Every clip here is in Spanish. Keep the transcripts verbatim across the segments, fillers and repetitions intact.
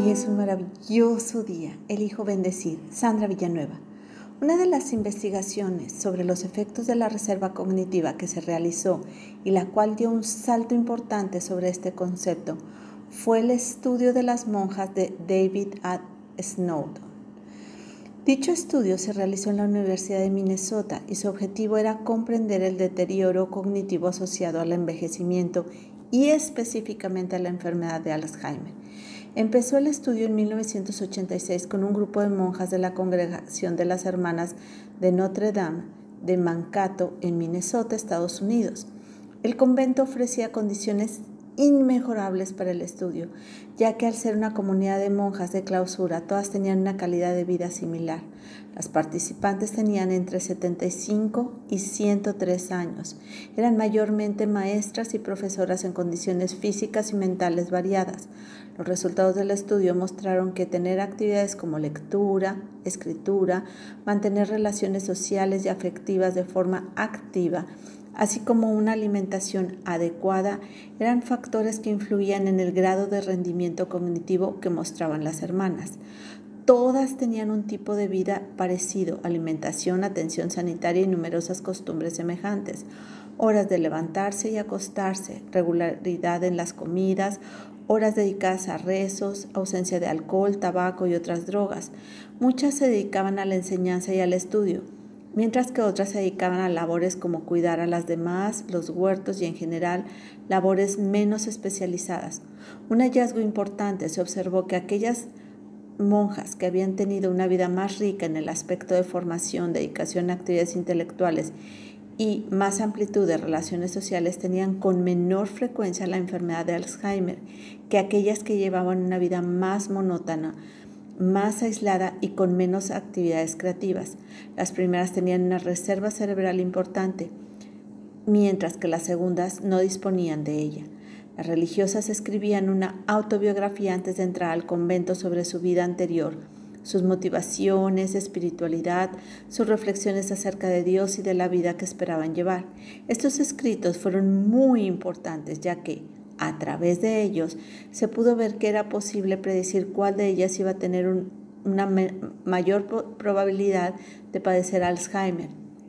Hoy es un maravilloso día. Elijo bendecir. Sandra Villanueva. Una de las investigaciones sobre los efectos de la reserva cognitiva que se realizó y la cual dio un salto importante sobre este concepto fue el estudio de las monjas de David A. Snowdon. Dicho estudio se realizó en la Universidad de Minnesota y su objetivo era comprender el deterioro cognitivo asociado al envejecimiento y específicamente a la enfermedad de Alzheimer. Empezó el estudio en mil novecientos ochenta y seis con un grupo de monjas de la Congregación de las Hermanas de Notre Dame de Mankato, en Minnesota, Estados Unidos. El convento ofrecía condiciones inmejorables para el estudio, ya que al ser una comunidad de monjas de clausura, todas tenían una calidad de vida similar. Las participantes tenían entre setenta y cinco y ciento tres años. Eran mayormente maestras y profesoras en condiciones físicas y mentales variadas. Los resultados del estudio mostraron que tener actividades como lectura, escritura, mantener relaciones sociales y afectivas de forma activa, así como una alimentación adecuada, eran factores que influían en el grado de rendimiento cognitivo que mostraban las hermanas. Todas tenían un tipo de vida parecido: alimentación, atención sanitaria y numerosas costumbres semejantes, horas de levantarse y acostarse, regularidad en las comidas, horas dedicadas a rezos, ausencia de alcohol, tabaco y otras drogas. Muchas se dedicaban a la enseñanza y al estudio, mientras que otras se dedicaban a labores como cuidar a las demás, los huertos y en general labores menos especializadas. Un hallazgo importante: se observó que aquellas monjas que habían tenido una vida más rica en el aspecto de formación, dedicación a actividades intelectuales y más amplitud de relaciones sociales tenían con menor frecuencia la enfermedad de Alzheimer que aquellas que llevaban una vida más monótona, más aislada y con menos actividades creativas. Las primeras tenían una reserva cerebral importante, mientras que las segundas no disponían de ella. Las religiosas escribían una autobiografía antes de entrar al convento sobre su vida anterior, sus motivaciones, espiritualidad, sus reflexiones acerca de Dios y de la vida que esperaban llevar. Estos escritos fueron muy importantes, ya que a través de ellos se pudo ver que era posible predecir cuál de ellas iba a tener un, una me, mayor probabilidad de padecer Alzheimer.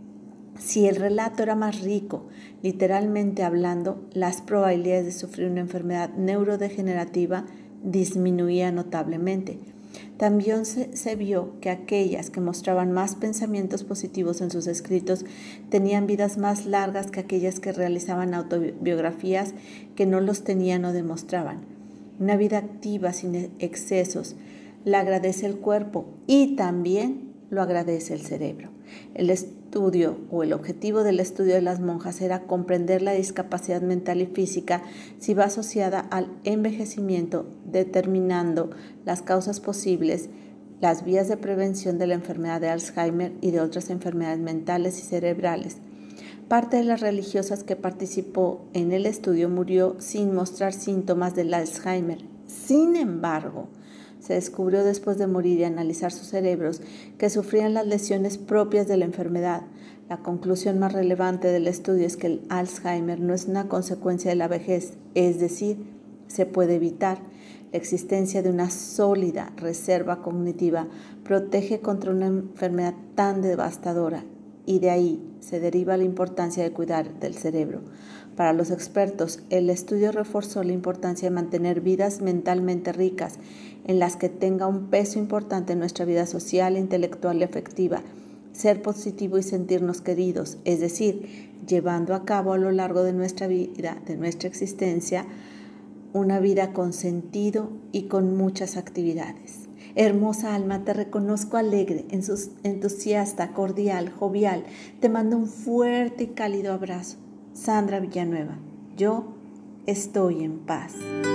Si el relato era más rico, literalmente hablando, las probabilidades de sufrir una enfermedad neurodegenerativa disminuían notablemente. También se, se vio que aquellas que mostraban más pensamientos positivos en sus escritos tenían vidas más largas que aquellas que realizaban autobiografías que no los tenían o demostraban. Una vida activa sin excesos la agradece el cuerpo y también lo agradece el cerebro. El estudio o el objetivo del estudio de las monjas era comprender la discapacidad mental y física si va asociada al envejecimiento, determinando las causas posibles, las vías de prevención de la enfermedad de Alzheimer y de otras enfermedades mentales y cerebrales. Parte de las religiosas que participó en el estudio murió sin mostrar síntomas del Alzheimer. Sin embargo, se descubrió después de morir y analizar sus cerebros que sufrían las lesiones propias de la enfermedad. La conclusión más relevante del estudio es que el Alzheimer no es una consecuencia de la vejez, es decir, se puede evitar. La existencia de una sólida reserva cognitiva protege contra una enfermedad tan devastadora, y de ahí se deriva la importancia de cuidar del cerebro. Para los expertos, el estudio reforzó la importancia de mantener vidas mentalmente ricas, en las que tenga un peso importante en nuestra vida social, intelectual y afectiva, ser positivo y sentirnos queridos, es decir, llevando a cabo a lo largo de nuestra vida, de nuestra existencia, una vida con sentido y con muchas actividades. Hermosa alma, te reconozco alegre, entusiasta, cordial, jovial. Te mando un fuerte y cálido abrazo. Sandra Villanueva. Yo estoy en paz.